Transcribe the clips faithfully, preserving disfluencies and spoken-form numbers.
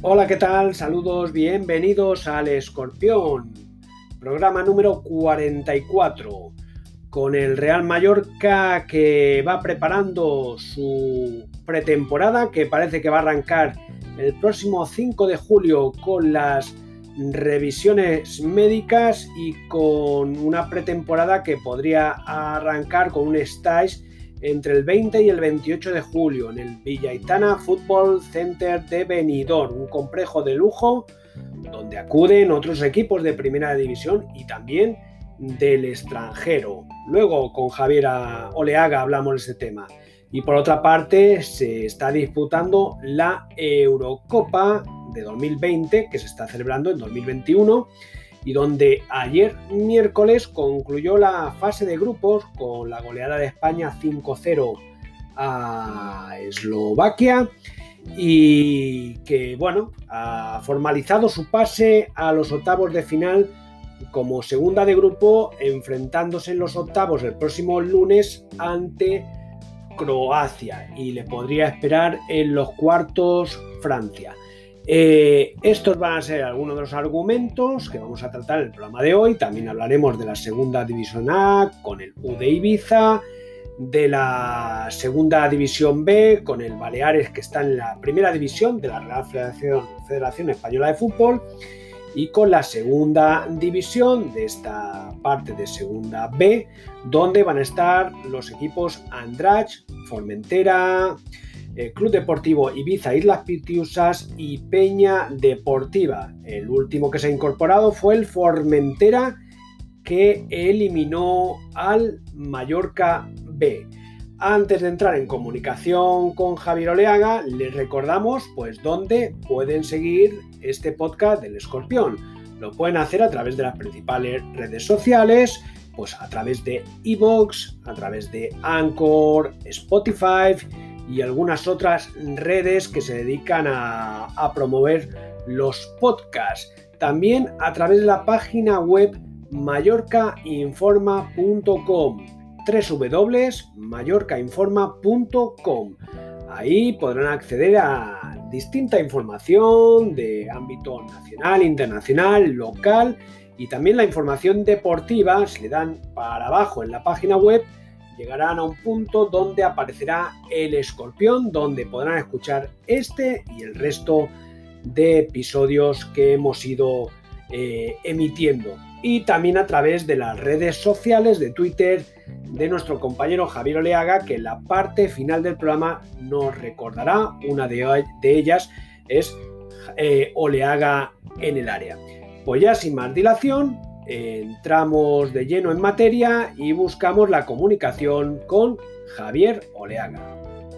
Hola, ¿qué tal? Saludos, bienvenidos al Escorpión, programa número cuarenta y cuatro, con el Real Mallorca que va preparando su pretemporada, que parece que va a arrancar el próximo cinco de julio con las revisiones médicas y con una pretemporada que podría arrancar con un stage entre el veinte y el veintiocho de julio en el Villaitana Football Center de Benidorm, un complejo de lujo donde acuden otros equipos de primera división y también del extranjero. Luego con Javier Oleaga hablamos de ese tema. Y por otra parte se está disputando la Eurocopa de dos mil veinte, que se está celebrando en dos mil veintiuno, y donde ayer miércoles concluyó la fase de grupos con la goleada de España cinco cero a Eslovaquia, y que, bueno, ha formalizado su pase a los octavos de final como segunda de grupo, enfrentándose en los octavos el próximo lunes ante Croacia, y le podría esperar en los cuartos Francia. Eh, estos van a ser algunos de los argumentos que vamos a tratar en el programa de hoy. También hablaremos de la segunda división A con el U de Ibiza, de la segunda división B con el Baleares, que está en la primera división de la Real Federación, Federación Española de Fútbol, y con la segunda división de esta parte de segunda B, donde van a estar los equipos Andratx, Formentera, eh, Club Deportivo Ibiza Islas Pitiusas y Peña Deportiva. El último que se ha incorporado fue el Formentera, que eliminó al Mallorca B. Antes de entrar en comunicación con Javier Oleaga, les recordamos pues dónde pueden seguir este podcast del Escorpión. Lo pueden hacer a través de las principales redes sociales, pues a través de iVoox, a través de Anchor, Spotify y algunas otras redes que se dedican a, a promover los podcasts. También a través de la página web mallorca informa punto com, doble u doble u doble u punto mallorca informa punto com. Ahí podrán acceder a distinta información de ámbito nacional, internacional, local, y también la información deportiva. Si le dan para abajo en la página web, llegarán a un punto donde aparecerá el Escorpión, donde podrán escuchar este y el resto de episodios que hemos ido eh, emitiendo. Y también a través de las redes sociales de Twitter de nuestro compañero Javier Oleaga, que en la parte final del programa nos recordará. Una de, de ellas es eh, Oleaga en el área. Pues ya sin más dilación, eh, entramos de lleno en materia y buscamos la comunicación con Javier Oleaga.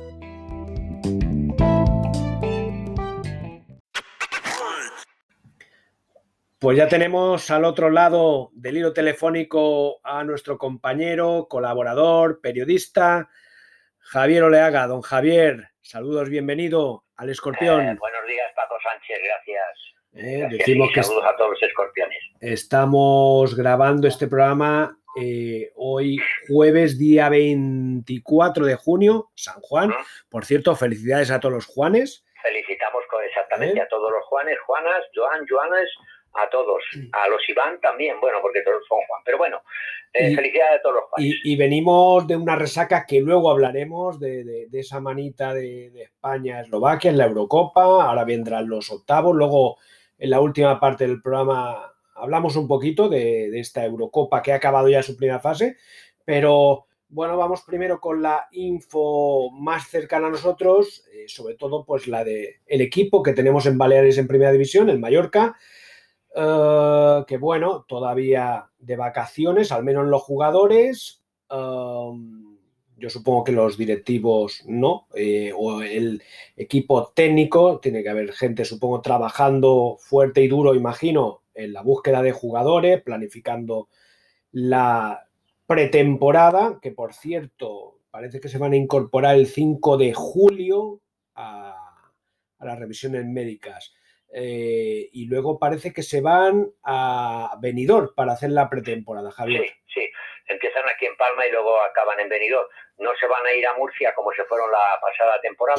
Pues ya tenemos al otro lado del hilo telefónico a nuestro compañero, colaborador, periodista, Javier Oleaga. Don Javier, saludos, bienvenido al Escorpión. Eh, buenos días, Paco Sánchez, gracias. Eh, gracias decimos y que saludos a todos los escorpiones. Estamos grabando este programa eh, hoy jueves, día veinticuatro de junio, San Juan. ¿Mm? Por cierto, felicidades a todos los Juanes. Felicitamos exactamente ¿Eh? a todos los Juanes, Juanas, Joan, Joanes, a todos, a los Iván también, bueno, porque todos son Juan, pero bueno, eh, y, felicidades a todos los Juanes. Y, y venimos de una resaca que luego hablaremos de, de, de esa manita de, de España-Eslovaquia en la Eurocopa. Ahora vendrán los octavos, luego en la última parte del programa hablamos un poquito de, de esta Eurocopa que ha acabado ya su primera fase, pero bueno, vamos primero con la info más cercana a nosotros, eh, sobre todo pues la de el equipo que tenemos en Baleares en primera división, el Mallorca. Uh, que bueno, todavía de vacaciones, al menos los jugadores, uh, yo supongo que los directivos no, eh, o el equipo técnico, tiene que haber gente, supongo, trabajando fuerte y duro, imagino, en la búsqueda de jugadores, planificando la pretemporada, que por cierto, parece que se van a incorporar el cinco de julio a, a las revisiones médicas. Eh, y luego parece que se van a Benidorm para hacer la pretemporada, Javier. Sí, sí, empiezan aquí en Palma y luego acaban en Benidorm. No se van a ir a Murcia como se fueron la pasada temporada,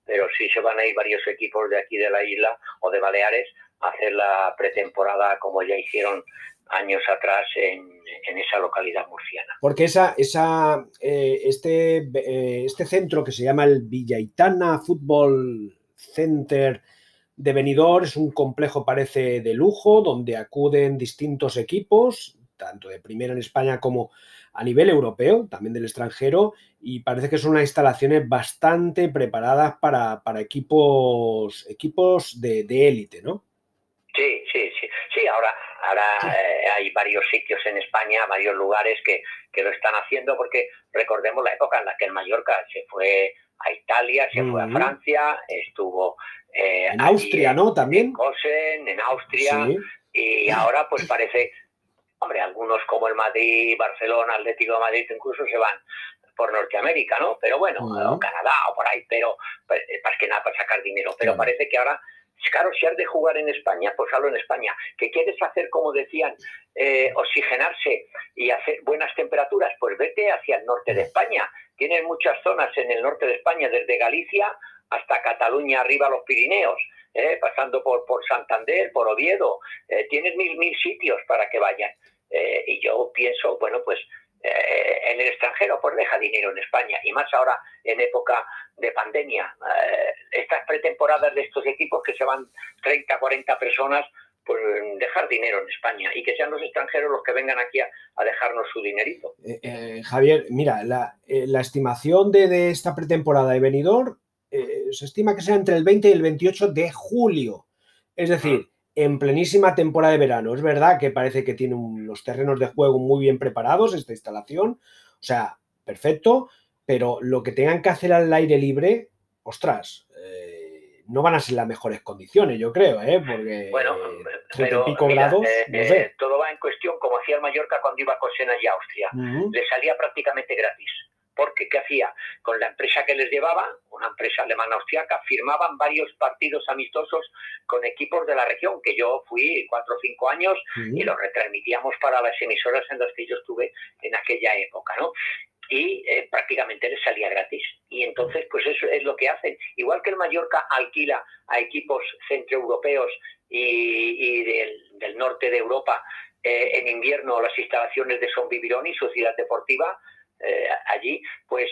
pero sí se van a ir varios equipos de aquí de la isla o de Baleares a hacer la pretemporada como ya hicieron años atrás en, en esa localidad murciana. Porque esa, esa, eh, este, eh, este centro que se llama el Villaitana Football Center de Benidorm es un complejo, parece, de lujo, donde acuden distintos equipos, tanto de primera en España como a nivel europeo, también del extranjero, y parece que son unas instalaciones bastante preparadas para, para equipos, equipos de, de élite, ¿no? Sí, sí, sí. Sí, ahora, ahora eh, hay varios sitios en España, varios lugares que, que lo están haciendo, porque recordemos la época en la que el Mallorca se fue a Italia, se fue a Francia, estuvo eh, en Austria, en, ¿no? También. En Cosen, en Austria, sí. Y ahora pues parece, hombre, algunos como el Madrid, Barcelona, Atlético de Madrid incluso se van por Norteamérica, ¿no? Pero bueno, uh-huh. o Canadá o por ahí, pero pues, más que nada para sacar dinero. Pero claro. Parece que ahora, claro, si has de jugar en España, pues hazlo en España. ¿Que quieres hacer, como decían, eh, oxigenarse y hacer buenas temperaturas? Pues vete hacia el norte de España. Tienes muchas zonas en el norte de España, desde Galicia hasta Cataluña, arriba a los Pirineos, eh, pasando por, por Santander, por Oviedo. Eh, tienes mil, mil sitios para que vayan. Eh, y yo pienso, bueno, pues eh, en el extranjero, pues deja dinero en España. Y más ahora, en época de pandemia. Eh, estas pretemporadas de estos equipos que se van treinta, cuarenta personas, pues dejar dinero en España y que sean los extranjeros los que vengan aquí a, a dejarnos su dinerito. Eh, eh, Javier, mira, la, eh, la estimación de, de esta pretemporada de Benidorm eh, se estima que sea entre el veinte y el veintiocho de julio. Es decir, mm. en plenísima temporada de verano. Es verdad que parece que tiene unos terrenos de juego muy bien preparados esta instalación. O sea, perfecto, pero lo que tengan que hacer al aire libre, ostras, eh, no van a ser las mejores condiciones, yo creo, ¿eh? Porque bueno, treinta pero, y pico mira, grados, eh, no sé. Eh, todo va en cuestión, como hacía el Mallorca cuando iba a Cosena y Austria. Uh-huh. Le salía prácticamente gratis. Porque, ¿qué hacía? Con la empresa que les llevaba, una empresa alemana austriaca, firmaban varios partidos amistosos con equipos de la región, que yo fui cuatro o cinco años uh-huh. y los retransmitíamos para las emisoras en las que yo estuve en aquella época, ¿no? Y eh, prácticamente les salía gratis. Y entonces, pues eso es lo que hacen. Igual que el Mallorca alquila a equipos centroeuropeos y, y del, del norte de Europa eh, en invierno las instalaciones de Son Bivironi, su ciudad deportiva, eh, allí, pues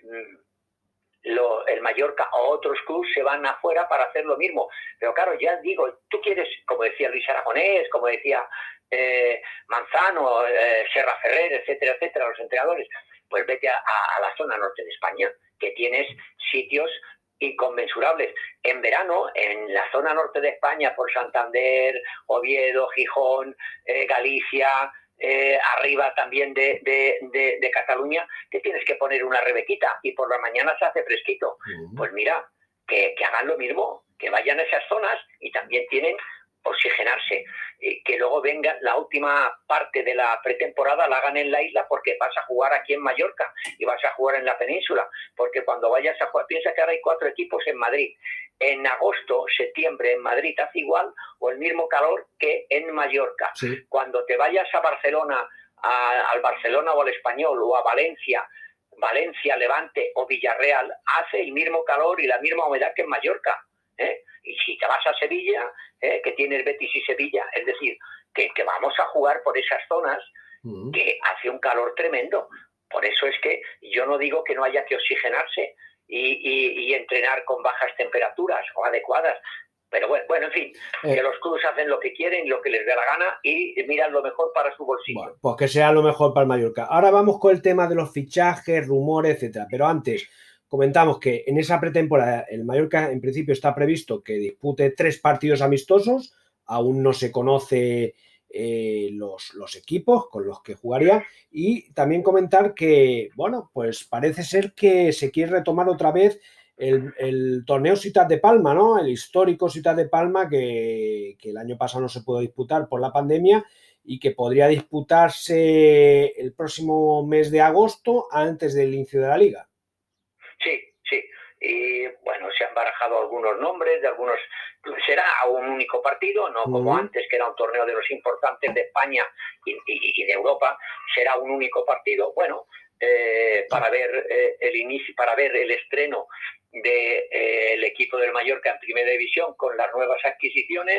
lo, el Mallorca o otros clubes se van afuera para hacer lo mismo. Pero claro, ya digo, tú quieres, como decía Luis Aragonés, como decía eh, Manzano, eh, Serra Ferrer, etcétera, etcétera, los entrenadores, pues vete a, a, a la zona norte de España, que tienes sitios inconmensurables. En verano, en la zona norte de España, por Santander, Oviedo, Gijón, eh, Galicia, eh, arriba también de, de, de, de Cataluña, que tienes que poner una rebequita y por la mañana se hace fresquito. Uh-huh. Pues mira, que, que hagan lo mismo, que vayan a esas zonas y también tienen oxigenarse, y que luego vengan la última parte de la pretemporada, la hagan en la isla, porque vas a jugar aquí en Mallorca y vas a jugar en la península, porque cuando vayas a jugar, piensa que ahora hay cuatro equipos en Madrid, en agosto, septiembre en Madrid hace igual o el mismo calor que en Mallorca. Sí. Cuando te vayas a Barcelona, a, al Barcelona o al Español o a Valencia, Valencia, Levante o Villarreal, hace el mismo calor y la misma humedad que en Mallorca, ¿eh? Y si te vas a Sevilla, eh, que tienes Betis y Sevilla, es decir, que, que vamos a jugar por esas zonas uh-huh. que hace un calor tremendo. Por eso es que yo no digo que no haya que oxigenarse y, y, y entrenar con bajas temperaturas o adecuadas. Pero bueno, bueno en fin, eh, que los clubes hacen lo que quieren, lo que les dé la gana y miran lo mejor para su bolsillo. Bueno, pues que sea lo mejor para el Mallorca. Ahora vamos con el tema de los fichajes, rumores, etcétera. Pero antes comentamos que en esa pretemporada el Mallorca en principio está previsto que dispute tres partidos amistosos, aún no se conoce eh, los, los equipos con los que jugaría, y también comentar que, bueno, pues parece ser que se quiere retomar otra vez el, el torneo Ciutat de Palma, ¿no? El histórico Ciutat de Palma que, que el año pasado no se pudo disputar por la pandemia y que podría disputarse el próximo mes de agosto antes del inicio de la liga. Sí, sí. Y bueno, se han barajado algunos nombres de algunos. Será un único partido, no como uh-huh. antes, que era un torneo de los importantes de España y, y, y de Europa. Será un único partido. Bueno, eh, para ver eh, el inicio, para ver el estreno del de, eh, equipo del Mallorca en Primera División con las nuevas adquisiciones,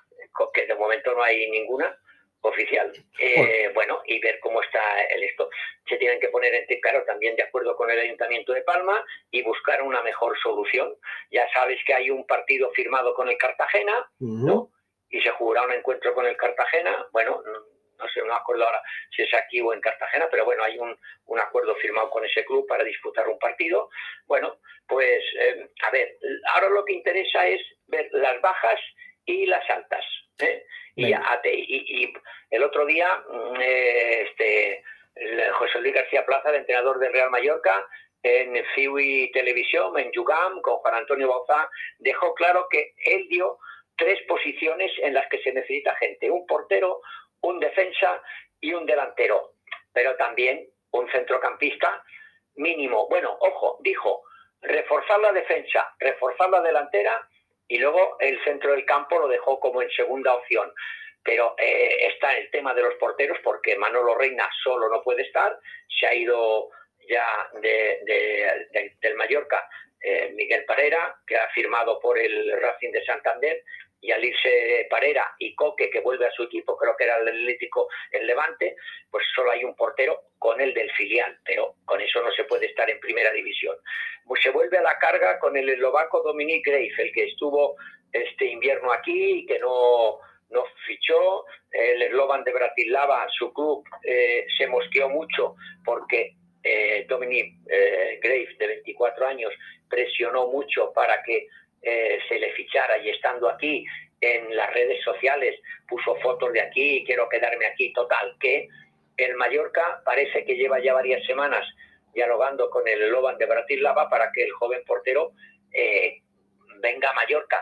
que de momento no hay ninguna oficial. Eh, bueno, y ver cómo está el esto. Se tienen que poner en claro también de acuerdo con el Ayuntamiento de Palma y buscar una mejor solución. Ya sabes que hay un partido firmado con el Cartagena, uh-huh. ¿no? Y se jugará un encuentro con el Cartagena. Bueno, no, no sé, no me acuerdo ahora si es aquí o en Cartagena, pero bueno, hay un, un acuerdo firmado con ese club para disputar un partido. Bueno, pues eh, a ver, ahora lo que interesa es ver las bajas y las altas, ¿eh? Y, y, y el otro día, eh, este, José Luis García Plaza, el entrenador del Real Mallorca, en F I U I Televisión, en Yugam, con Juan Antonio Bauzá, dejó claro que él dio tres posiciones en las que se necesita gente: un portero, un defensa y un delantero, pero también un centrocampista mínimo. Bueno, ojo, dijo, reforzar la defensa, reforzar la delantera, y luego el centro del campo lo dejó como en segunda opción. Pero eh, está el tema de los porteros, porque Manolo Reina solo no puede estar, se ha ido ya de, de, de, del Mallorca eh, Miguel Parera, que ha firmado por el Racing de Santander, y al irse Parera y Coque, que vuelve a su equipo, creo que era el Atlético, el Levante, pues solo hay un portero con el del filial, pero con eso no se puede estar en Primera División. Pues se vuelve a la carga con el eslovaco Dominik Grejf, el que estuvo este invierno aquí y que no, no fichó. El Slovan de Bratislava, su club, eh, se mosqueó mucho porque eh, Dominik eh, Grejf, de veinticuatro años, presionó mucho para que Eh, se le fichara, y estando aquí en las redes sociales puso fotos de aquí, quiero quedarme aquí. Total, que el Mallorca parece que lleva ya varias semanas dialogando con el Slovan de Bratislava para que el joven portero eh, venga a Mallorca.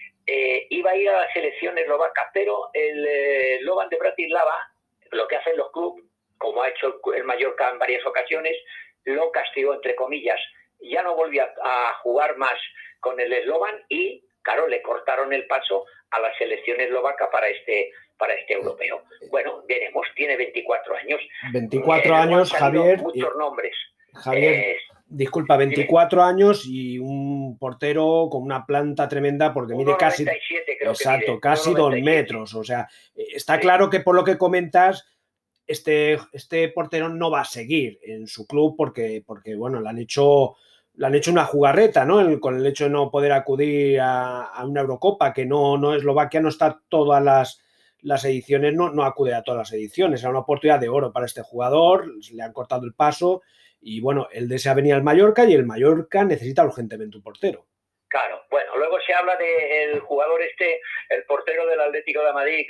Eh, iba a ir a la selección eslovaca, pero el eh, Slovan de Bratislava, lo que hacen los clubes, como ha hecho el Mallorca en varias ocasiones, lo castigó, entre comillas. Ya no volvió a, a jugar más con el Slovan y, claro, le cortaron el paso a la selección eslovaca para este, para este europeo. Bueno, veremos, tiene veinticuatro años. veinticuatro años, Javier. Muchos nombres. Javier, eh, disculpa, veinticuatro dime. años y un portero con una planta tremenda, porque mide casi... Creo exacto, que mide, casi dos metros. O sea, está sí. claro que por lo que comentas, este, este portero no va a seguir en su club porque, porque bueno, le han hecho... le han hecho una jugarreta, ¿no? El, con el hecho de no poder acudir a, a una Eurocopa, que no, no Eslovaquia no está todas las, las ediciones, no, no acude a todas las ediciones. Era una oportunidad de oro para este jugador, le han cortado el paso y, bueno, él desea venir al Mallorca y el Mallorca necesita urgentemente un portero. Claro, bueno, luego se habla del jugador este, el portero del Atlético de Madrid,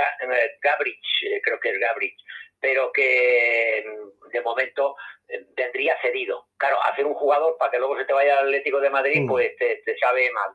Gabric, creo que es Gabric, pero que de momento vendría cedido. Claro, hacer un jugador para que luego se te vaya al Atlético de Madrid, mm. pues te, te sabe mal.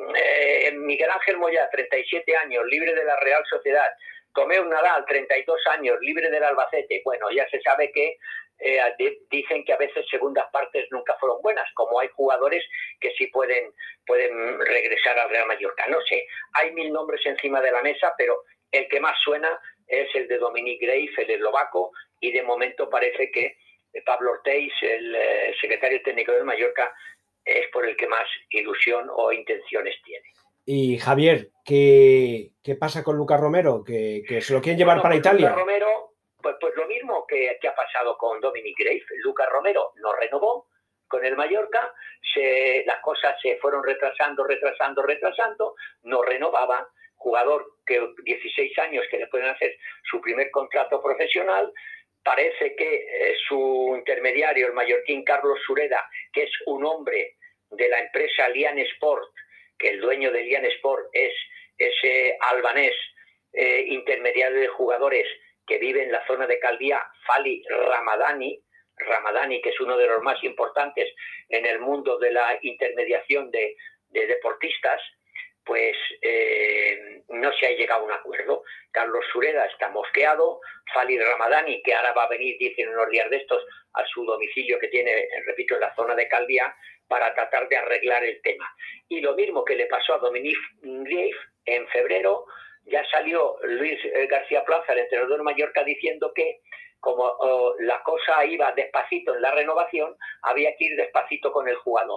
Eh, Miguel Ángel Moyá, treinta y siete años, libre de la Real Sociedad. Tomeu Nadal, treinta y dos años, libre del Albacete. Bueno, ya se sabe que eh, dicen que a veces segundas partes nunca fueron buenas, como hay jugadores que sí pueden, pueden regresar al Real Mallorca. No sé, hay mil nombres encima de la mesa, pero el que más suena es el de Dominik Grejf, el eslovaco, y de momento parece que Pablo Ortiz, el eh, secretario técnico del Mallorca, es por el que más ilusión o intenciones tiene. Y Javier, ¿qué, qué pasa con Lucas Romero? ¿Que, que se lo quieren llevar bueno, para pues Italia? Lucas Romero, pues, pues lo mismo que, que ha pasado con Dominik Grejf. Lucas Romero no renovó con el Mallorca, se, las cosas se fueron retrasando, retrasando, retrasando, no renovaba. Jugador que dieciséis años que le pueden hacer su primer contrato profesional. Parece que eh, su intermediario, el mallorquín Carlos Sureda, que es un hombre de la empresa Lian Sport, que el dueño de Lian Sport es ese albanés eh, intermediario de jugadores que vive en la zona de Calviá, Fali Ramadani, Ramadani, que es uno de los más importantes en el mundo de la intermediación de, de deportistas, pues eh, no se ha llegado a un acuerdo. Carlos Sureda está mosqueado, Fali Ramadani, que ahora va a venir, dicen unos días de estos, a su domicilio que tiene, repito, en la zona de Calviá, para tratar de arreglar el tema. Y lo mismo que le pasó a Dominik Grejf, en febrero ya salió Luis García Plaza, el entrenador de Mallorca, diciendo que como oh, la cosa iba despacito en la renovación, había que ir despacito con el jugador.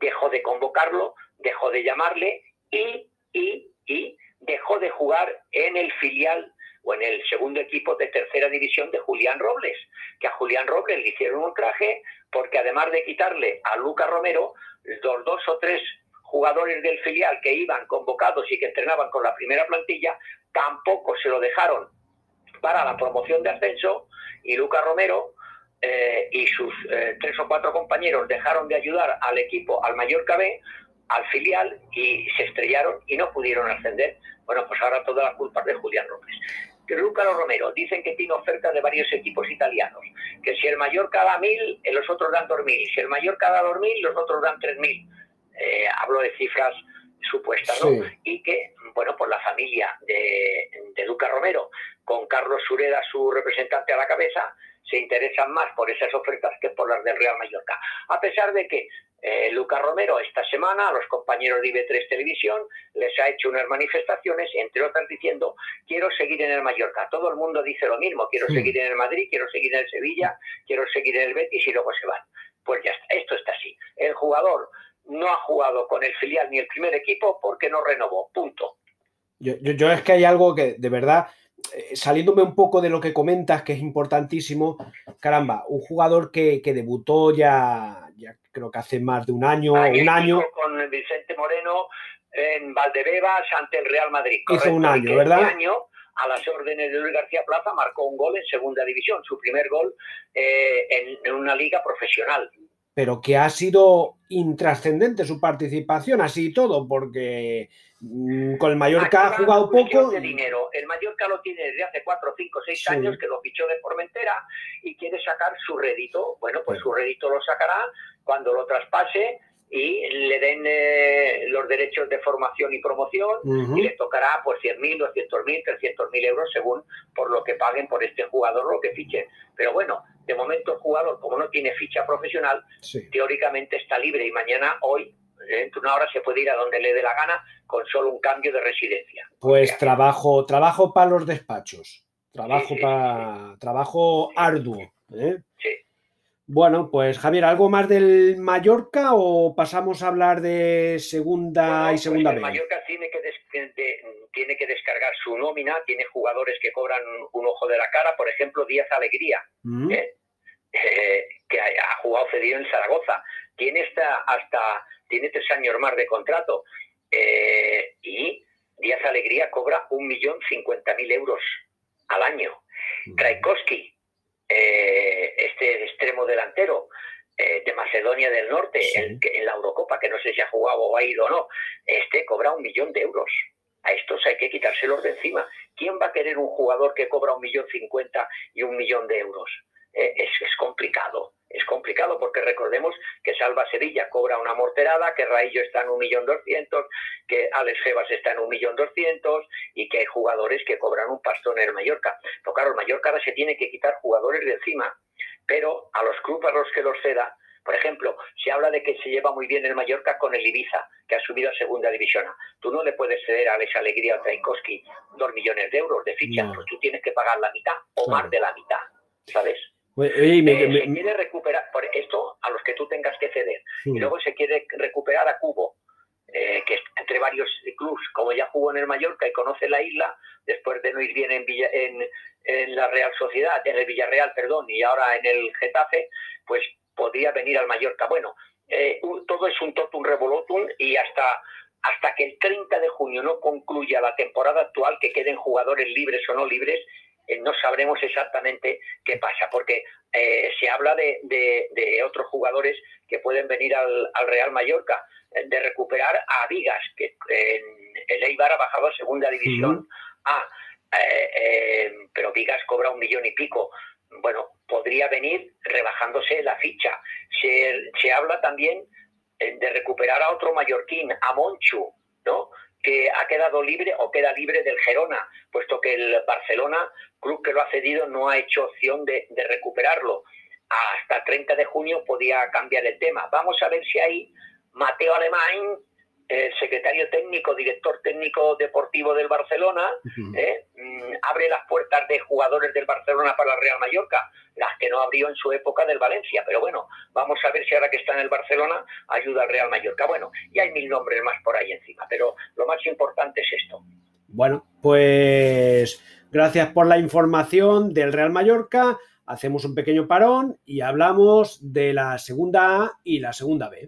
dejó de convocarlo, dejó de llamarle y, y, y dejó de jugar en el filial o en el segundo equipo de tercera división de Julián Robles, que a Julián Robles le hicieron un traje porque además de quitarle a Lucas Romero, los dos o tres jugadores del filial que iban convocados y que entrenaban con la primera plantilla, tampoco se lo dejaron para la promoción de ascenso, y Lucas Romero eh, y sus eh, tres o cuatro compañeros dejaron de ayudar al equipo, al Mallorca B, al filial, y se estrellaron y no pudieron ascender. Bueno, pues ahora toda la culpa es de Julián Robles. Que Lucas Romero dicen que tiene ofertas de varios equipos italianos, que si el Mallorca da mil, los otros dan dos mil, si el Mallorca da dos mil, los otros dan tres mil. Eh, hablo de cifras supuestas, ¿no? Sí. Y que, bueno, pues la familia de, de Lucas Romero, con Carlos Sureda, su representante a la cabeza, se interesan más por esas ofertas que por las del Real Mallorca. A pesar de que eh, Lucas Romero esta semana a los compañeros de I B tres Televisión les ha hecho unas manifestaciones, entre otras diciendo: quiero seguir en el Mallorca. Todo el mundo dice lo mismo: quiero sí. seguir en el Madrid, quiero seguir en el Sevilla, quiero seguir en el Betis, y luego se van. Pues ya está, esto está así. El jugador no ha jugado con el filial ni el primer equipo porque no renovó, punto. Yo, yo, yo es que hay algo que, de verdad, eh, saliéndome un poco de lo que comentas, que es importantísimo, caramba, un jugador que, que debutó ya, ya creo que hace más de un año, Año un año. Con Vicente Moreno en Valdebebas ante el Real Madrid. Hizo un año, ¿verdad? Este año, a las órdenes de Luis García Plaza, marcó un gol en segunda división, su primer gol eh, en, en una liga profesional. Pero que ha sido intrascendente su participación, así y todo, porque mmm, con el Mallorca ha jugado poco. De dinero. El Mallorca lo tiene desde hace cuatro, cinco, seis sí. años, que lo fichó de Formentera y quiere sacar su rédito. Bueno, pues sí. su rédito lo sacará cuando lo traspase y le den eh, los derechos de formación y promoción, uh-huh. y le tocará pues cien mil, doscientos mil, trescientos mil euros según por lo que paguen por este jugador, lo que fichen. Pero bueno, de momento el jugador, como no tiene ficha profesional, sí. teóricamente está libre, y mañana, hoy, dentro de una hora se puede ir a donde le dé la gana con solo un cambio de residencia. Pues o sea, trabajo, trabajo para los despachos, trabajo, sí, sí, para, sí. trabajo sí. arduo. ¿eh? Sí. Bueno, pues Javier, ¿algo más del Mallorca o pasamos a hablar de segunda bueno, y segunda pues B? El Mallorca tiene que, des de, tiene que descargar su nómina, tiene jugadores que cobran un ojo de la cara, por ejemplo, Díaz Alegría, ¿Mm? ¿eh? Eh, que ha, ha jugado cedido en Zaragoza, tiene hasta, hasta tiene tres años más de contrato, eh, y Díaz Alegría cobra un millón cincuenta mil euros al año. ¿Mm? Krajkovski, Eh, este extremo delantero eh, de Macedonia del Norte, sí. en, en la Eurocopa, que no sé si ha jugado o ha ido o no, este cobra un millón de euros. A estos hay que quitárselos de encima. ¿Quién va a querer un jugador que cobra un millón cincuenta y un millón de euros? Eh, es, es complicado, es complicado porque recordemos que Salva Sevilla cobra una morterada, que Raillo está en un millón doscientos, que Alex Febas está en un millón doscientos, y que hay jugadores que cobran un pastón en el Mallorca. Pero claro, el Mallorca ahora se tiene que quitar jugadores de encima, pero a los clubes a los que los ceda, por ejemplo, se habla de que se lleva muy bien el Mallorca con el Ibiza, que ha subido a segunda división. Tú no le puedes ceder a Alex Alegría o Krajkovski dos millones de euros de ficha, no. Pues tú tienes que pagar la mitad o claro. más de la mitad, ¿sabes? Oye, me, eh, me, se me... quiere recuperar por esto a los que tú tengas que ceder, sí. y luego se quiere recuperar a Cubo, eh, que entre varios clubes, como ya jugó en el Mallorca y conoce la isla, después de no ir bien en, Villa, en, en la Real Sociedad, en el Villarreal, perdón, y ahora en el Getafe, pues podría venir al Mallorca. Bueno, eh, todo es un totum revolutum, y hasta, hasta que el treinta de junio no concluya la temporada actual, que queden jugadores libres o no libres, eh, no sabremos exactamente qué pasa, porque eh, se habla de, de, de otros jugadores que pueden venir al, al Real Mallorca, eh, de recuperar a Vigas, que en el Eibar ha bajado a segunda división. Uh-huh. Ah, eh, eh, pero Vigas cobra un millón y pico. Bueno, podría venir rebajándose la ficha. Se, se habla también de recuperar a otro mallorquín, a Monchu, ¿no?, que ha quedado libre o queda libre del Gerona, puesto que el Barcelona, club que lo ha cedido, no ha hecho opción de, de recuperarlo. Hasta treinta de junio podía cambiar el tema. Vamos a ver si ahí Mateo Alemán el secretario técnico, director técnico deportivo del Barcelona, uh-huh. eh, mmm, abre las puertas de jugadores del Barcelona para el Real Mallorca, las que no abrió en su época del Valencia. Pero bueno, vamos a ver si ahora que está en el Barcelona ayuda al Real Mallorca. Bueno, y hay mil nombres más por ahí encima, pero lo más importante es esto. Bueno, pues gracias por la información del Real Mallorca. Hacemos un pequeño parón y hablamos de la segunda A y la segunda B.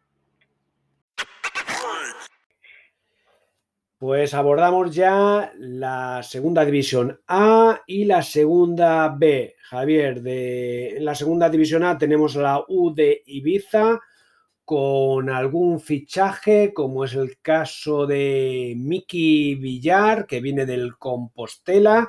Pues abordamos ya la segunda división A y la segunda B. Javier, de, en la segunda división A tenemos la U de Ibiza con algún fichaje, como es el caso de Miki Villar, que viene del Compostela,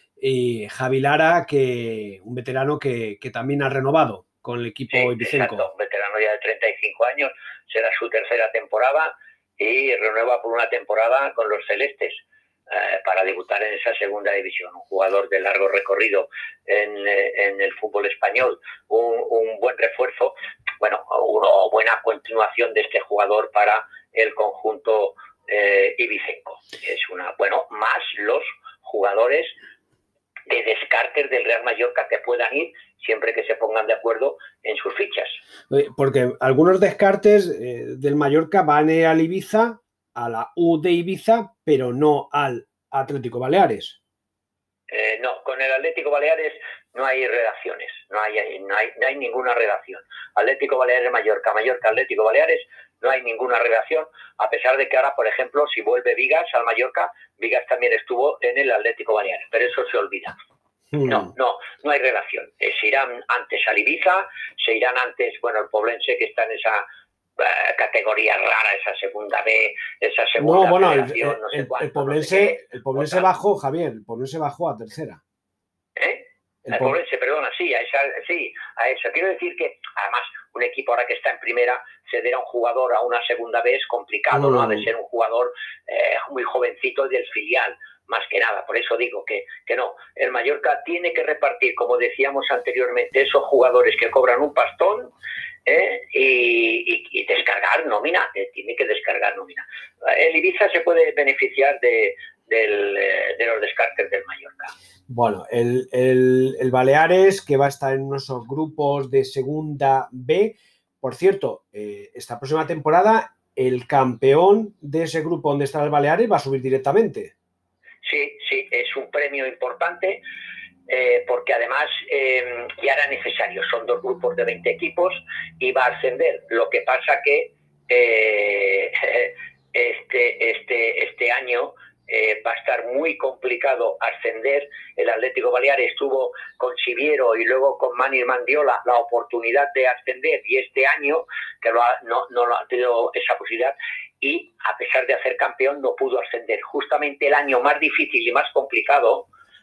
y Javi Lara, que un veterano que, que también ha renovado con el equipo sí, ibicenco. Exacto, un veterano ya de treinta y cinco años, será su tercera temporada y renueva por una temporada con los celestes eh, para debutar en esa segunda división. Un jugador de largo recorrido en, en el fútbol español, un, un buen refuerzo, bueno, una buena continuación de este jugador para el conjunto eh, ibicenco. Es una, bueno, más los jugadores de descartes del Real Mallorca que puedan ir siempre que se pongan de acuerdo en sus fichas. Porque algunos descartes eh, del Mallorca van a ir al Ibiza, a la U de Ibiza, pero no al Atlético Baleares. Eh, no, con el Atlético Baleares no hay relaciones, no hay, no hay, no hay ninguna relación. Atlético Baleares Mallorca, Mallorca Atlético Baleares, no hay ninguna relación, a pesar de que ahora, por ejemplo, si vuelve Vigas al Mallorca, Vigas también estuvo en el Atlético Baleares, pero eso se olvida. Hmm. No, no, no hay relación. Eh, se irán antes al Ibiza, se irán antes, bueno, el Poblense que está en esa uh, categoría rara, esa segunda B, esa segunda No, bueno, el, no sé el, cuánto, el Poblense, no sé el Poblense bajó, Javier, el Poblense bajó a tercera. ¿Eh? El, el Poblense, perdona, sí, a esa, sí, a eso. Quiero decir que, además, un equipo ahora que está en primera, ceder a un jugador a una segunda vez es complicado, mm. ¿no? Ha de ser un jugador eh, muy jovencito del filial, más que nada. Por eso digo que, que no. El Mallorca tiene que repartir, como decíamos anteriormente, esos jugadores que cobran un pastón ¿eh? y, y, y descargar nómina. Eh, tiene que descargar nómina. El Ibiza se puede beneficiar de, del, de los descartes del Mallorca. Bueno, el, el, el Baleares, que va a estar en esos grupos de segunda B. Por cierto, eh, esta próxima temporada, el campeón de ese grupo donde está el Baleares va a subir directamente. Sí, sí, es un premio importante eh, porque además eh, ya era necesario. Son dos grupos de veinte equipos y va a ascender. Lo que pasa que eh, este, este, este año... Eh, va a estar muy complicado ascender. El Atlético Baleares tuvo con Siviero y luego con Mani Mandiola la oportunidad de ascender y este año que lo ha, no, no lo ha tenido esa posibilidad y a pesar de hacer campeón no pudo ascender. Justamente el año más difícil y más complicado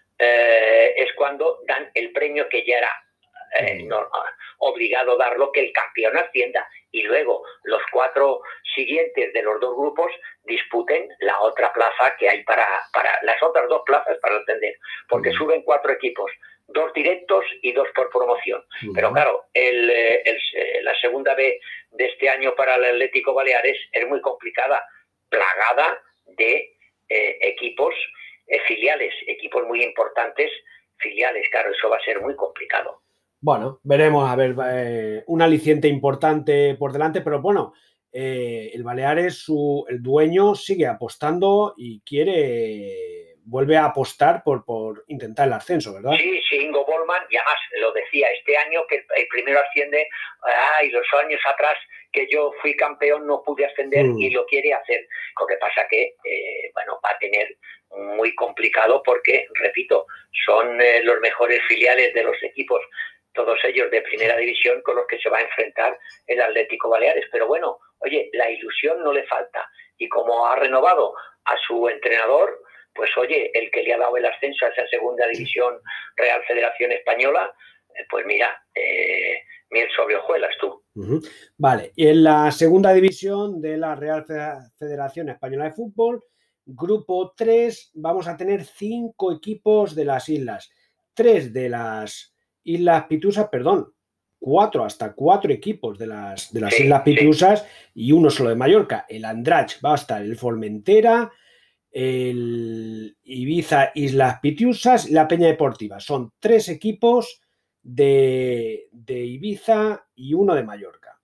eh, es cuando dan el premio que ya era eh, no, obligado a darlo, que el campeón ascienda y luego los cuatro siguientes de los dos grupos disputen la otra plaza que hay para, para las otras dos plazas para ascender, porque uh-huh. suben cuatro equipos, dos directos y dos por promoción. Uh-huh. Pero claro, el, el, la segunda B de este año para el Atlético Baleares es muy complicada, plagada de eh, equipos eh, filiales, equipos muy importantes filiales. Claro, eso va a ser muy complicado. Bueno, veremos, a ver, eh, un aliciente importante por delante, pero bueno, eh, el Baleares, su, el dueño sigue apostando y quiere, vuelve a apostar por, por intentar el ascenso, ¿verdad? Sí, sí, Ingo Bollmann, y además lo decía este año que el, el primero asciende, ay, los años atrás que yo fui campeón no pude ascender mm. y lo quiere hacer. Lo que pasa que, eh, bueno, va a tener muy complicado porque, repito, son eh, los mejores filiales de los equipos, todos ellos de primera división con los que se va a enfrentar el Atlético Baleares. Pero bueno, oye, la ilusión no le falta. Y como ha renovado a su entrenador, pues oye, el que le ha dado el ascenso a esa segunda división Real Federación Española, eh, pues mira, eh, miel sobre hojuelas tú. Uh-huh. Vale, y en la segunda división de la Real Federación Española de Fútbol, grupo tres, vamos a tener cinco equipos de las islas. Tres de las Islas Pituzas, perdón, cuatro, hasta cuatro equipos de las, de las Sí, Islas sí. Pitiusas y uno solo de Mallorca. El Andratx va a estar el Formentera, el Ibiza Islas Pitiusas y la Peña Deportiva. Son tres equipos de, de Ibiza y uno de Mallorca.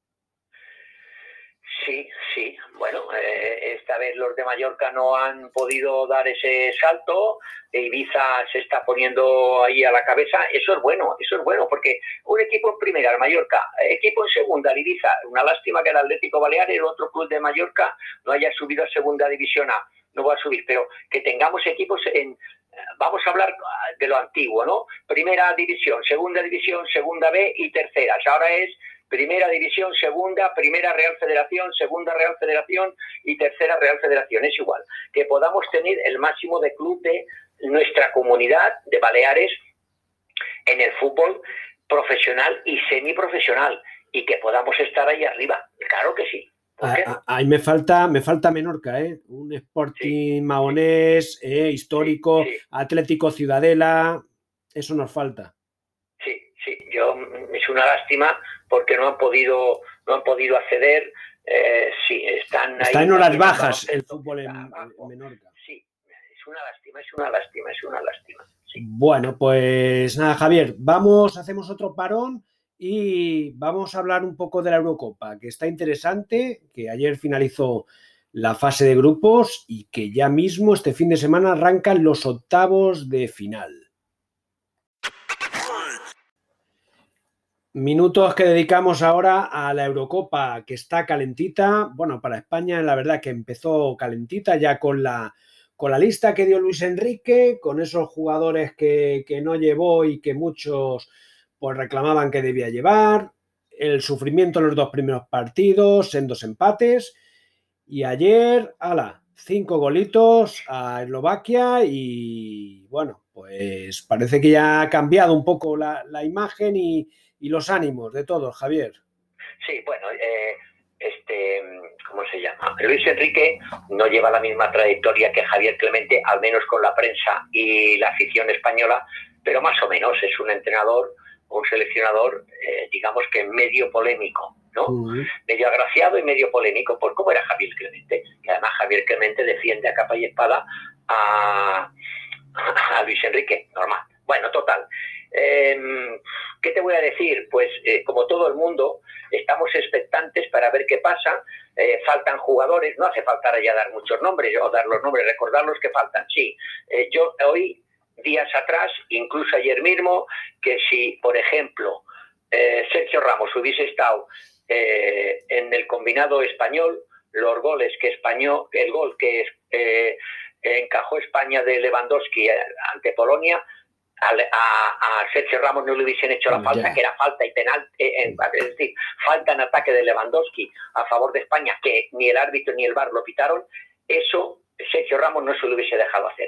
Sí, sí. Bueno, eh, esta vez los de Mallorca no han podido dar ese salto. Ibiza se está poniendo ahí a la cabeza. Eso es bueno, eso es bueno, porque un equipo en primera, el Mallorca, equipo en segunda, el Ibiza. Una lástima que el Atlético Baleares, el otro club de Mallorca, no haya subido a segunda división A. No va a subir, pero que tengamos equipos en... Vamos a hablar de lo antiguo, ¿no? Primera división, segunda división, segunda B y terceras. Ahora es Primera División, Segunda, Primera Real Federación, Segunda Real Federación y Tercera Real Federación. Es igual. Que podamos tener el máximo de club de nuestra comunidad de Baleares en el fútbol profesional y semiprofesional y que podamos estar ahí arriba. Claro que sí. ¿Por qué no? Ahí me falta, me falta Menorca, ¿eh? Un Sporting sí, Mahonés, eh, histórico, sí, sí. Atlético Ciudadela, eso nos falta. Sí, sí, yo es una lástima porque no han podido, no han podido acceder. Eh, sí, están Está ahí en horas bajas el fútbol en, en Menorca. Sí, es una lástima, es una lástima, es una lástima. Sí. Bueno, pues nada, Javier, vamos, hacemos otro parón y vamos a hablar un poco de la Eurocopa, que está interesante, que ayer finalizó la fase de grupos y que ya mismo este fin de semana arrancan los octavos de final. Minutos que dedicamos ahora a la Eurocopa, que está calentita. Bueno, para España la verdad que empezó calentita ya con la, con la lista que dio Luis Enrique, con esos jugadores que, que no llevó y que muchos pues reclamaban que debía llevar, el sufrimiento en los dos primeros partidos, en dos empates, y ayer, ala, cinco golitos a Eslovaquia y bueno, pues parece que ya ha cambiado un poco la, la imagen y y los ánimos de todos, Javier. Sí, bueno, eh, este, ¿cómo se llama? Luis Enrique no lleva la misma trayectoria que Javier Clemente, al menos con la prensa y la afición española, pero más o menos es un entrenador, un seleccionador, eh, digamos que medio polémico, ¿no? Uh-huh. Medio agraciado y medio polémico por cómo era Javier Clemente, que además Javier Clemente defiende a capa y espada a, a Luis Enrique, normal. Bueno, total. Eh, ¿Qué te voy a decir? Pues eh, como todo el mundo, estamos expectantes para ver qué pasa. Eh, faltan jugadores, no hace falta ya dar muchos nombres o dar los nombres, recordar los que faltan. Sí, eh, yo hoy, días atrás, incluso ayer mismo, que si, por ejemplo, eh, Sergio Ramos hubiese estado eh, en el combinado español, los goles que español, el gol que eh, encajó España de Lewandowski ante Polonia, A, a, a Sergio Ramos no le hubiesen hecho la falta, yeah. que era falta y penal, eh, eh, es decir, falta en ataque de Lewandowski a favor de España, que ni el árbitro ni el V A R lo pitaron, eso Sergio Ramos no se lo hubiese dejado hacer.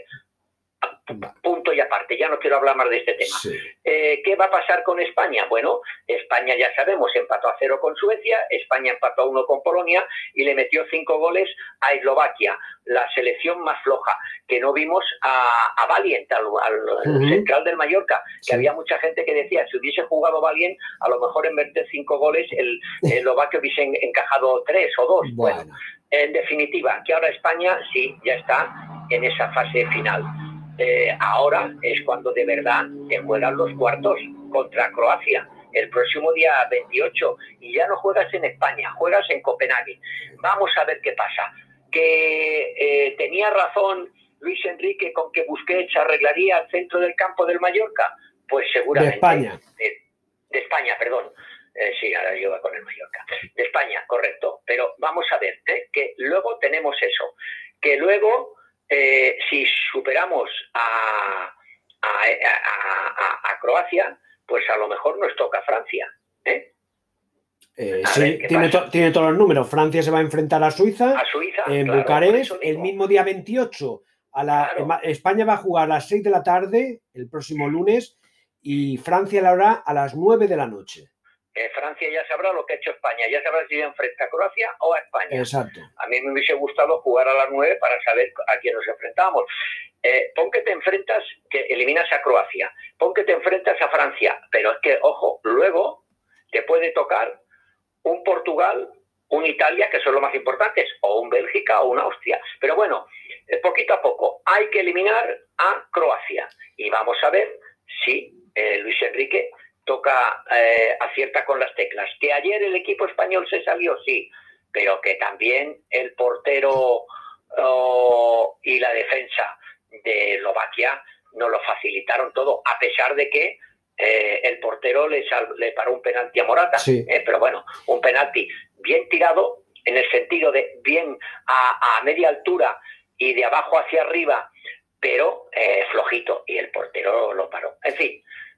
Punto y aparte, ya no quiero hablar más de este tema. Sí. Eh, ¿Qué va a pasar con España? Bueno, España ya sabemos, empató a cero con Suecia, España empató a uno con Polonia y le metió cinco goles a Eslovaquia, la selección más floja, que no vimos a, a Valiant, al, al uh-huh. central del Mallorca, que sí. había mucha gente que decía, si hubiese jugado Valiant, a lo mejor en vez de cinco goles, el, el eslovaquio hubiese encajado tres o dos. Bueno. bueno, en definitiva, que ahora España sí, ya está en esa fase final. Eh, ahora es cuando de verdad se juegan los cuartos contra Croacia el próximo día veintiocho y ya no juegas en España, juegas en Copenhague. Vamos a ver qué pasa. Que eh, tenía razón Luis Enrique con que Busquets arreglaría el centro del campo del Mallorca, pues seguramente. De España. De, de España, perdón. Eh, sí, ahora yo voy con el Mallorca. De España, correcto. Pero vamos a ver, ¿eh? que luego tenemos eso. Que luego Eh, si superamos a, a, a, a, a Croacia, pues a lo mejor nos toca Francia. ¿eh? Eh, sí, tiene, to, tiene todos los números. Francia se va a enfrentar a Suiza, a Suiza en claro, Bucarest el mismo día veintiocho. A la, claro. España va a jugar a las seis de la tarde el próximo lunes y Francia la hará a las nueve de la noche. Eh, Francia ya sabrá lo que ha hecho España, ya sabrá si enfrenta a Croacia o a España. Exacto. A mí me hubiese gustado jugar a las nueve para saber a quién nos enfrentamos. Eh, pon que te enfrentas, que eliminas a Croacia, pon que te enfrentas a Francia, pero es que, ojo, luego te puede tocar un Portugal, un Italia, que son los más importantes, o un Bélgica o una Austria. Pero bueno, poquito a poco, hay que eliminar a Croacia. Y vamos a ver si eh, Luis Enrique toca, eh, acierta con las teclas. Que ayer el equipo español se salió, sí, pero que también el portero oh, y la defensa de Eslovaquia nos lo facilitaron todo, a pesar de que eh, el portero le, le paró un penalti a Morata. Sí. Eh, pero bueno, un penalti bien tirado, en el sentido de bien a, a media altura y de abajo hacia arriba, pero eh, flojito, y el portero lo paró. En fin,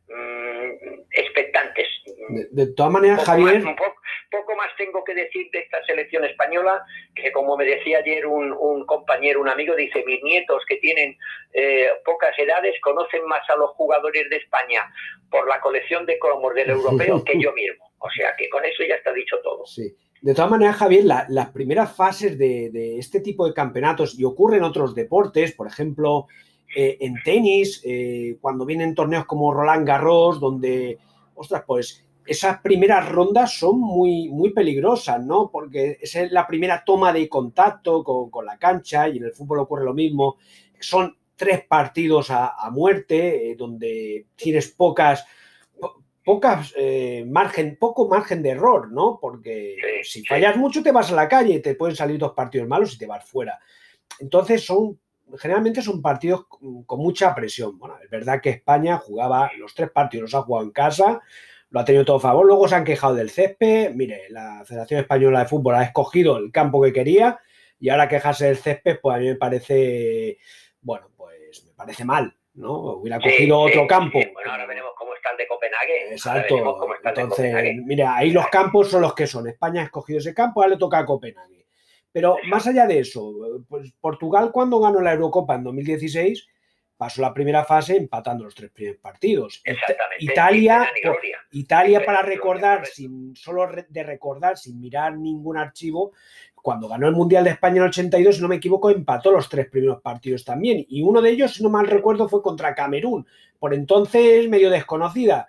mmm, expectantes. De, de todas maneras, poco Javier... Más, un poco, poco más tengo que decir de esta selección española, que como me decía ayer un, un compañero, un amigo, dice, mis nietos que tienen eh, pocas edades conocen más a los jugadores de España por la colección de cromos del europeo que yo mismo. O sea que con eso ya está dicho todo. Sí. De todas maneras, Javier, la, las primeras fases de, de este tipo de campeonatos, y ocurre en otros deportes, por ejemplo, eh, en tenis, eh, cuando vienen torneos como Roland Garros, donde, ostras, pues esas primeras rondas son muy, muy peligrosas, ¿no? Porque esa es la primera toma de contacto con, con la cancha, y en el fútbol ocurre lo mismo. Son tres partidos a, a muerte, eh, donde tienes pocas... pocas eh, margen, poco margen de error, ¿no? Porque sí, si fallas sí. mucho te vas a la calle y te pueden salir dos partidos malos y te vas fuera. Entonces son, generalmente son partidos con, con mucha presión. Bueno, es verdad que España jugaba los tres partidos, los ha jugado en casa, lo ha tenido todo a favor, luego se han quejado del césped. Mire, la Federación Española de Fútbol ha escogido el campo que quería, y ahora quejarse del césped, pues a mí me parece, bueno, pues me parece mal, ¿no? Hubiera cogido sí, otro sí, campo. sí. Bueno, ahora veremos cómo está el de Copenhague. Exacto. Cómo está el Entonces, de Copenhague. mira, ahí los campos son los que son. España ha escogido ese campo, ahora le toca a Copenhague. Pero más allá de eso, pues Portugal, cuando ganó la Eurocopa en dos mil dieciséis, pasó la primera fase empatando los tres primeros partidos. Exactamente. Italia, Ni pena, ni Italia ni para pena, recordar, gloria, sin solo de recordar, sin mirar ningún archivo, cuando ganó el Mundial de España en el ochenta y dos, si no me equivoco, empató los tres primeros partidos también. Y uno de ellos, si no mal recuerdo, fue contra Camerún, por entonces medio desconocida.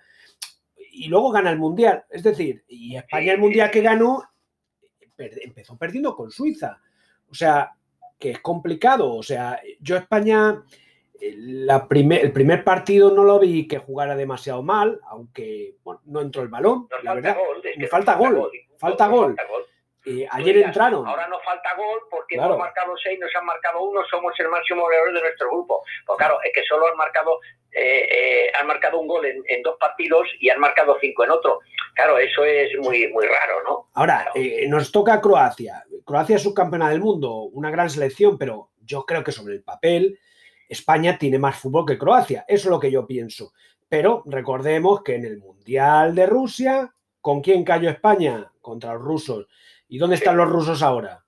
Y luego gana el Mundial. Es decir, y España el Mundial que ganó empezó perdiendo con Suiza. O sea, que es complicado. O sea, yo España, la primer, el primer partido no lo vi que jugara demasiado mal, aunque bueno, no entró el balón, nos la falta verdad. Gol, es Me que falta, falta gol, gol. Falta Nos gol. Falta gol. Eh, ayer dirás, entraron. Ahora nos falta gol porque claro. hemos marcado seis, nos han marcado uno, somos el máximo goleador de nuestro grupo. Pues claro, es que solo han marcado, eh, eh, han marcado un gol en, en dos partidos y han marcado cinco en otro. Claro, eso es muy, muy raro, ¿no? Ahora, claro. eh, nos toca Croacia. Croacia es subcampeona del mundo, una gran selección, pero yo creo que sobre el papel España tiene más fútbol que Croacia. Eso es lo que yo pienso. Pero recordemos que en el Mundial de Rusia, ¿con quién cayó España? Contra los rusos. ¿Y dónde están los rusos ahora?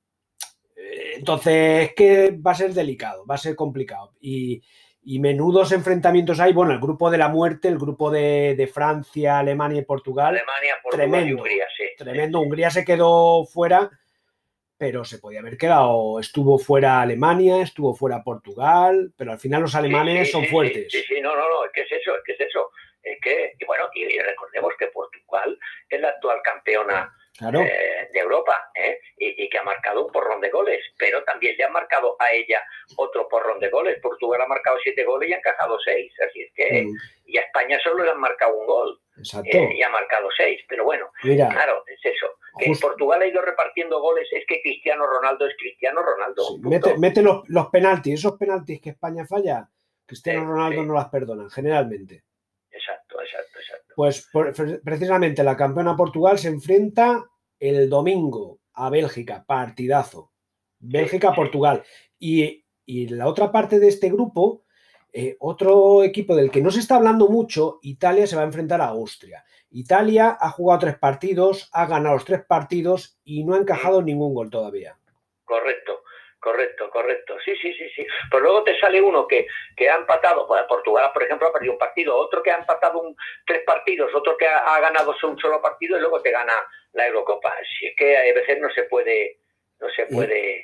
Entonces, es que va a ser delicado, va a ser complicado. Y, y menudos enfrentamientos hay. Bueno, el grupo de la muerte, el grupo de, de Francia, Alemania y Portugal. Alemania, Portugal tremendo, y Hungría, sí. Tremendo. Hungría se quedó fuera, pero se podía haber quedado. Estuvo fuera Alemania, estuvo fuera Portugal, pero al final los alemanes sí, sí, son sí, fuertes. Sí, sí, no, no, no, es que es eso, es que es eso. Es que, y bueno, y, y recordemos que Portugal es la actual campeona claro. eh, de Europa, ¿eh? y, y que ha marcado un porrón de goles, pero también le han marcado a ella otro porrón de goles. Portugal ha marcado siete goles y ha encajado seis, así es que, mm. y a España solo le han marcado un gol. Exacto. Eh, y ha marcado seis, pero bueno, Mira, claro, es eso. Que justo. Portugal ha ido repartiendo goles, es que Cristiano Ronaldo es Cristiano Ronaldo. Sí, mete mete los, los penaltis, esos penaltis que España falla, Cristiano sí, Ronaldo sí. no las perdonan, generalmente. Exacto, exacto, exacto. Pues por, precisamente la campeona Portugal se enfrenta el domingo a Bélgica, partidazo. Bélgica-Portugal. Sí. Y, y la otra parte de este grupo, eh, otro equipo del que no se está hablando mucho, Italia se va a enfrentar a Austria. Italia ha jugado tres partidos, ha ganado los tres partidos y no ha encajado sí. ningún gol todavía. Correcto. Correcto, correcto. Sí, sí, sí, sí. Pero luego te sale uno que, que ha empatado. Pues Portugal, por ejemplo, ha perdido un partido. Otro que ha empatado un, tres partidos. Otro que ha, ha ganado un solo partido y luego te gana la Eurocopa. Si es que a veces no se puede, no se puede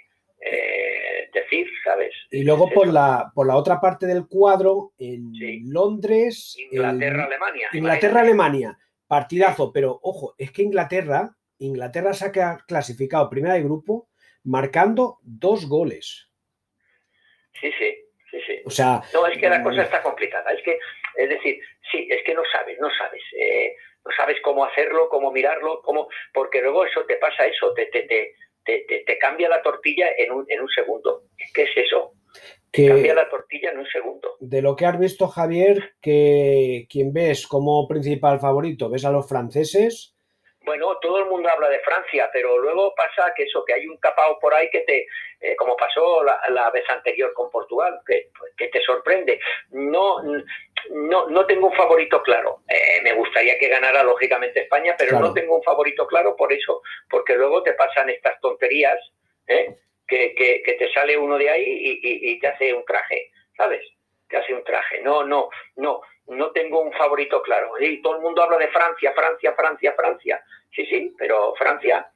eh, decir, ¿sabes? Y luego por la, por la otra parte del cuadro, en sí. Londres... Inglaterra-Alemania. Inglaterra-Alemania. partidazo, pero ojo, es que Inglaterra, Inglaterra se ha clasificado primera de grupo marcando dos goles. Sí, sí, sí, sí. O sea, no, es que la cosa está complicada. Es que, es decir, sí, es que no sabes, no sabes. Eh, no sabes cómo hacerlo, cómo mirarlo, cómo, porque luego eso te pasa eso, te, te, te, te, te cambia la tortilla en un, en un segundo. ¿Qué es eso? Te que, cambia la tortilla en un segundo. De lo que has visto, Javier, que ¿quién ves como principal favorito? ¿Ves a los franceses? Bueno, todo el mundo habla de Francia, pero luego pasa que eso, que hay un capao por ahí que te, eh, como pasó la, la vez anterior con Portugal, que, pues, que te sorprende. No, no, no tengo un favorito claro. Eh, me gustaría que ganara lógicamente España, pero claro, no tengo un favorito claro por eso, porque luego te pasan estas tonterías, ¿eh? que, que, que te sale uno de ahí y, y, y te hace un traje, ¿sabes? Te hace un traje. No, no, no. No tengo un favorito claro. Y todo el mundo habla de Francia, Francia, Francia, Francia. Sí, sí, pero Francia,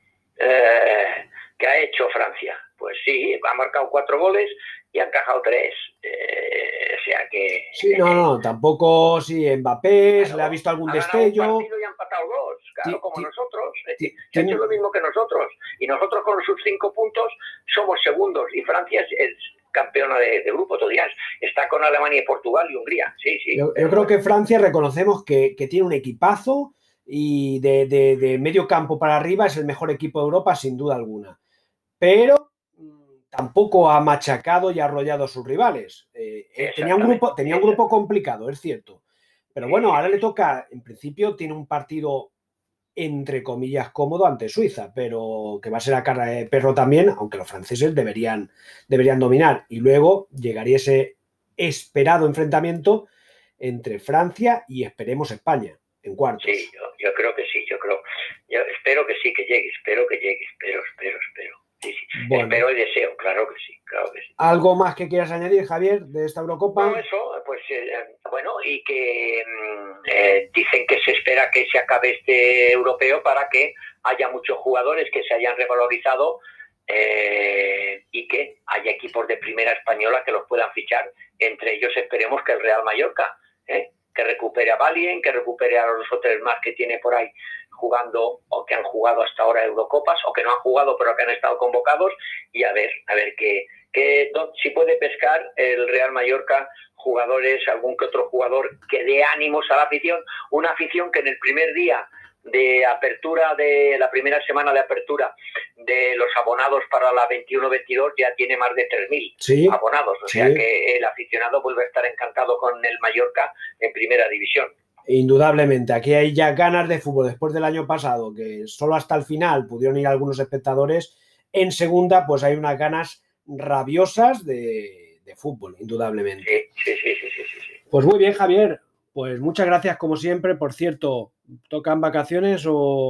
eh, ¿qué ha hecho Francia? Pues sí, ha marcado cuatro goles y ha encajado tres. Eh, o sea que... Sí, no, no, tampoco, sí, Mbappé, claro, le ha visto algún ha destello. Un partido y ha empatado dos, claro, T como T nosotros. T Se ha hecho lo mismo que nosotros. Y nosotros con sus cinco puntos somos segundos y Francia es... es campeona de, de grupo, todavía está con Alemania y Portugal y Hungría, sí, sí. Yo, yo creo que Francia reconocemos que, que tiene un equipazo y de, de, de medio campo para arriba es el mejor equipo de Europa sin duda alguna, pero tampoco ha machacado y arrollado a sus rivales. Eh, eh, tenía, un grupo, tenía un grupo complicado, es cierto, pero bueno, ahora le toca, en principio tiene un partido entre comillas cómodo ante Suiza, pero que va a ser a cara de perro también, aunque los franceses deberían, deberían dominar. Y luego llegaría ese esperado enfrentamiento entre Francia y esperemos España en cuartos. Sí, yo, yo creo que sí, yo creo, yo espero que sí, que llegue, espero que llegue, espero, espero, espero. Sí, sí. Bueno. Espero y deseo, claro que sí, claro que sí. ¿Algo más que quieras añadir, Javier, de esta Eurocopa? No, eso, pues eh, bueno, y que eh, dicen que se espera que se acabe este europeo para que haya muchos jugadores que se hayan revalorizado eh, y que haya equipos de primera española que los puedan fichar. Entre ellos esperemos que el Real Mallorca, ¿eh? que recupere a Valien, que recupere a los otros más que tiene por ahí jugando o que han jugado hasta ahora Eurocopas o que no han jugado pero que han estado convocados y a ver, a ver qué, qué, si puede pescar el Real Mallorca jugadores, algún que otro jugador que dé ánimos a la afición, una afición que en el primer día de apertura, de la primera semana de apertura de los abonados para la veintiuno veintidós ya tiene más de tres mil sí, abonados, o sí. sea que el aficionado vuelve a estar encantado con el Mallorca en primera división. Indudablemente, aquí hay ya ganas de fútbol después del año pasado, que solo hasta el final pudieron ir algunos espectadores. En segunda, pues hay unas ganas rabiosas de, de fútbol, indudablemente. Sí, sí, sí, sí, sí, sí. Pues muy bien, Javier. Pues muchas gracias, como siempre. Por cierto, ¿tocan vacaciones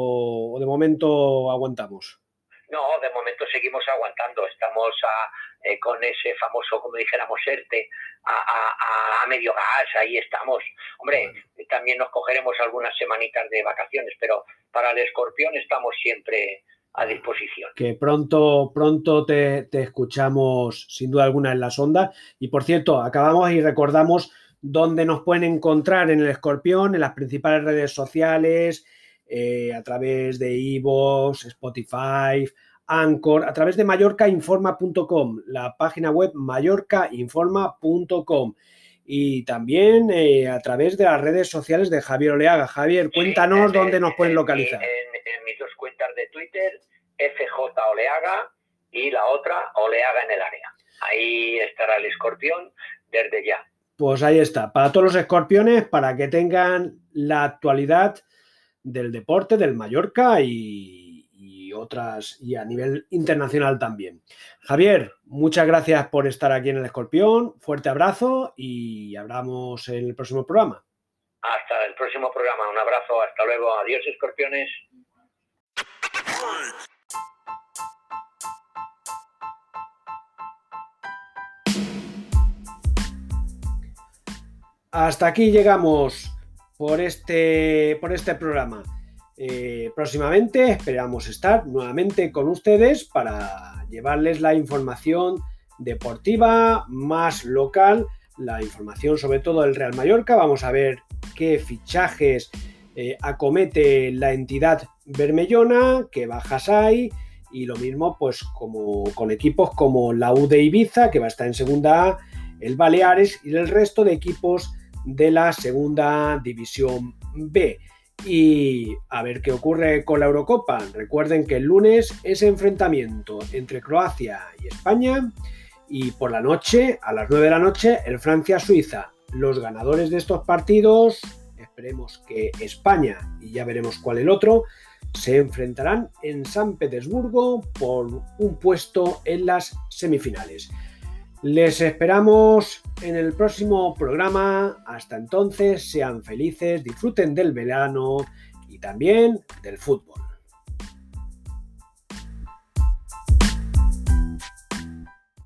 o, o de momento aguantamos? No, de momento seguimos aguantando. Estamos a, eh, con ese famoso, como dijéramos, ERTE, a, a, a medio gas, ahí estamos. Hombre, bueno, también nos cogeremos algunas semanitas de vacaciones, pero para el Escorpión estamos siempre a disposición. Que pronto, pronto te, te escuchamos, sin duda alguna, en la sonda. Y por cierto, acabamos y recordamos dónde nos pueden encontrar en el Escorpión, en las principales redes sociales, eh, a través de iVoox, Spotify, Anchor, a través de mallorca informa punto com, la página web mallorca informa punto com y también eh, a través de las redes sociales de Javier Oleaga. Javier, cuéntanos sí, en, dónde nos pueden en, localizar. En, en mis dos cuentas de Twitter, F J Oleaga y la otra, Oleaga en el área. Ahí estará el Escorpión desde ya. Pues ahí está, para todos los escorpiones, para que tengan la actualidad del deporte, del Mallorca y, y otras, y a nivel internacional también. Javier, muchas gracias por estar aquí en el Escorpión, fuerte abrazo y hablamos en el próximo programa. Hasta el próximo programa, un abrazo, hasta luego, adiós escorpiones. Hasta aquí llegamos por este, por este programa. Eh, próximamente esperamos estar nuevamente con ustedes para llevarles la información deportiva más local, la información sobre todo del Real Mallorca. Vamos a ver qué fichajes eh, acomete la entidad bermellona, que va Hasay, y lo mismo pues como con equipos como la U de Ibiza, que va a estar en segunda A, el Baleares y el resto de equipos de la segunda división B. Y a ver qué ocurre con la Eurocopa. Recuerden que el lunes es enfrentamiento entre Croacia y España, y por la noche, a las nueve de la noche, el Francia-Suiza. Los ganadores de estos partidos, esperemos que España, y ya veremos cuál el otro, se enfrentarán en San Petersburgo por un puesto en las semifinales. Les esperamos en el próximo programa. Hasta entonces, sean felices, disfruten del verano y también del fútbol.